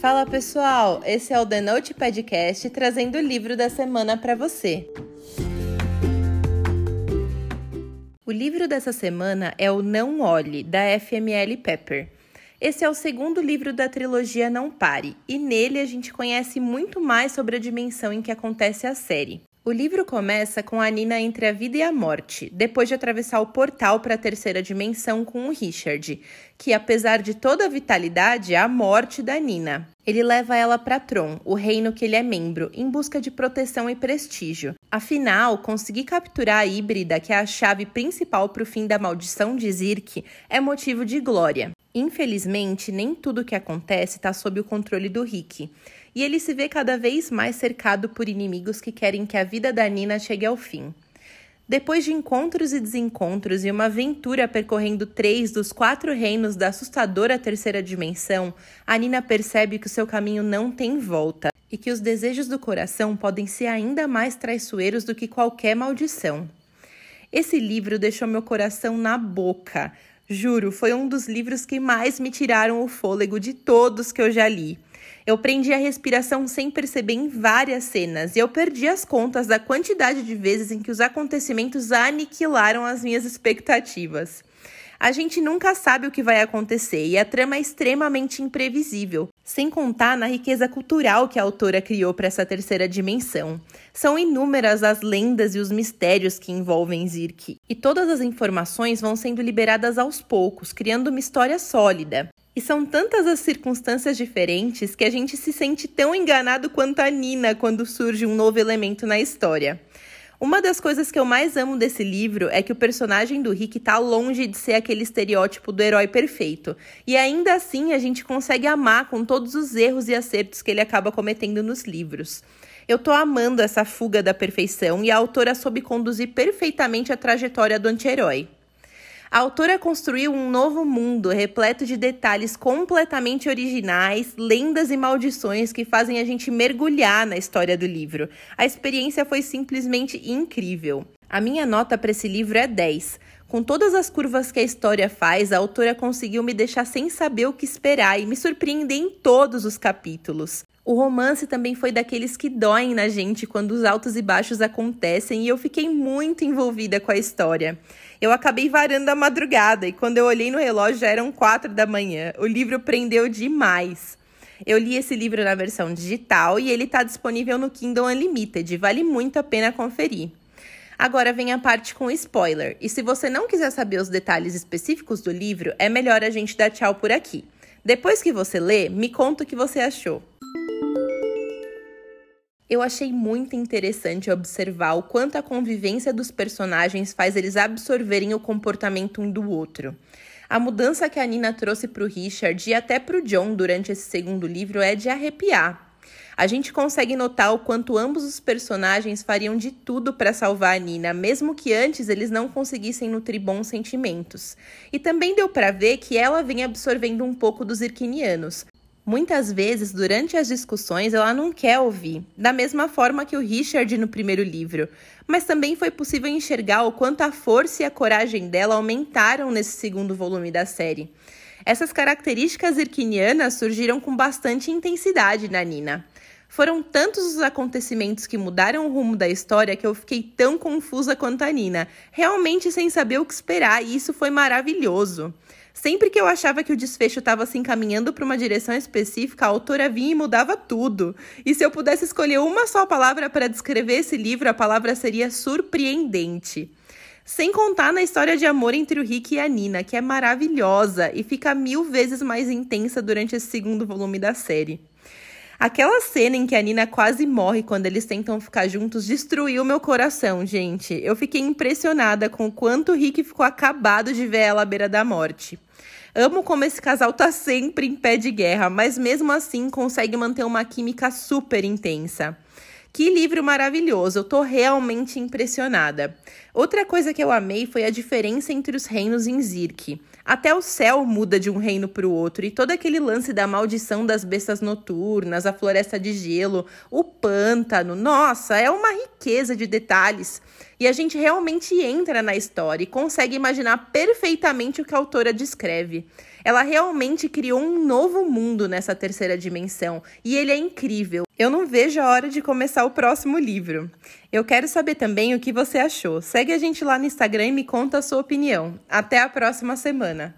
Fala pessoal, esse é o The Note Podcast trazendo o livro da semana para você. O livro dessa semana é o Não Olhe, da FML Pepper. Esse é o segundo livro da trilogia Não Pare, e nele a gente conhece muito mais sobre a dimensão em que acontece a série. O livro começa com a Nina entre a vida e a morte, depois de atravessar o portal para a terceira dimensão com o Richard, que apesar de toda a vitalidade, é a morte da Nina. Ele leva ela para Tron, o reino que ele é membro, em busca de proteção e prestígio. Afinal, conseguir capturar a híbrida, que é a chave principal para o fim da maldição de Zirk, é motivo de glória. Infelizmente, nem tudo o que acontece está sob o controle do Rick, e ele se vê cada vez mais cercado por inimigos que querem que a vida da Nina chegue ao fim. Depois de encontros e desencontros e uma aventura percorrendo 3 dos 4 reinos da assustadora terceira dimensão, a Nina percebe que o seu caminho não tem volta e que os desejos do coração podem ser ainda mais traiçoeiros do que qualquer maldição. Esse livro deixou meu coração na boca. Juro, foi um dos livros que mais me tiraram o fôlego de todos que eu já li. Eu prendi a respiração sem perceber em várias cenas e eu perdi as contas da quantidade de vezes em que os acontecimentos aniquilaram as minhas expectativas. A gente nunca sabe o que vai acontecer e a trama é extremamente imprevisível, sem contar na riqueza cultural que a autora criou para essa terceira dimensão. São inúmeras as lendas e os mistérios que envolvem Zirk, e todas as informações vão sendo liberadas aos poucos, criando uma história sólida. E são tantas as circunstâncias diferentes que a gente se sente tão enganado quanto a Nina quando surge um novo elemento na história. Uma das coisas que eu mais amo desse livro é que o personagem do Rick está longe de ser aquele estereótipo do herói perfeito. E ainda assim a gente consegue amar com todos os erros e acertos que ele acaba cometendo nos livros. Eu tô amando essa fuga da perfeição e a autora soube conduzir perfeitamente a trajetória do anti-herói. A autora construiu um novo mundo repleto de detalhes completamente originais, lendas e maldições que fazem a gente mergulhar na história do livro. A experiência foi simplesmente incrível. A minha nota para esse livro é 10. Com todas as curvas que a história faz, a autora conseguiu me deixar sem saber o que esperar e me surpreender em todos os capítulos. O romance também foi daqueles que doem na gente quando os altos e baixos acontecem e eu fiquei muito envolvida com a história. Eu acabei varando a madrugada e quando eu olhei no relógio já eram 4 da manhã. O livro prendeu demais. Eu li esse livro na versão digital e ele está disponível no Kindle Unlimited. Vale muito a pena conferir. Agora vem a parte com spoiler. E se você não quiser saber os detalhes específicos do livro, é melhor a gente dar tchau por aqui. Depois que você lê, me conta o que você achou. Eu achei muito interessante observar o quanto a convivência dos personagens faz eles absorverem o comportamento um do outro. A mudança que a Nina trouxe para o Richard e até para o John durante esse segundo livro é de arrepiar. A gente consegue notar o quanto ambos os personagens fariam de tudo para salvar a Nina, mesmo que antes eles não conseguissem nutrir bons sentimentos. E também deu para ver que ela vem absorvendo um pouco dos Zirkinianos. Muitas vezes, durante as discussões, ela não quer ouvir, da mesma forma que o Richard no primeiro livro. Mas também foi possível enxergar o quanto a força e a coragem dela aumentaram nesse segundo volume da série. Essas características zirkinianas surgiram com bastante intensidade na Nina. Foram tantos os acontecimentos que mudaram o rumo da história que eu fiquei tão confusa quanto a Nina, realmente sem saber o que esperar, e isso foi maravilhoso. Sempre que eu achava que o desfecho estava se encaminhando para uma direção específica, a autora vinha e mudava tudo. E se eu pudesse escolher uma só palavra para descrever esse livro, a palavra seria surpreendente. Sem contar na história de amor entre o Rick e a Nina, que é maravilhosa e fica 1000 vezes mais intensa durante esse segundo volume da série. Aquela cena em que a Nina quase morre quando eles tentam ficar juntos destruiu meu coração, gente. Eu fiquei impressionada com o quanto o Rick ficou acabado de ver ela à beira da morte. Amo como esse casal tá sempre em pé de guerra, mas mesmo assim consegue manter uma química super intensa. Que livro maravilhoso, eu tô realmente impressionada. Outra coisa que eu amei foi a diferença entre os reinos em Zirk. Até o céu muda de um reino para o outro, e todo aquele lance da maldição das bestas noturnas, a floresta de gelo, o pântano, nossa, é uma riqueza de detalhes. E a gente realmente entra na história e consegue imaginar perfeitamente o que a autora descreve. Ela realmente criou um novo mundo nessa terceira dimensão, e ele é incrível. Eu não vejo a hora de começar o próximo livro. Eu quero saber também o que você achou. Segue a gente lá no Instagram e me conta a sua opinião. Até a próxima semana!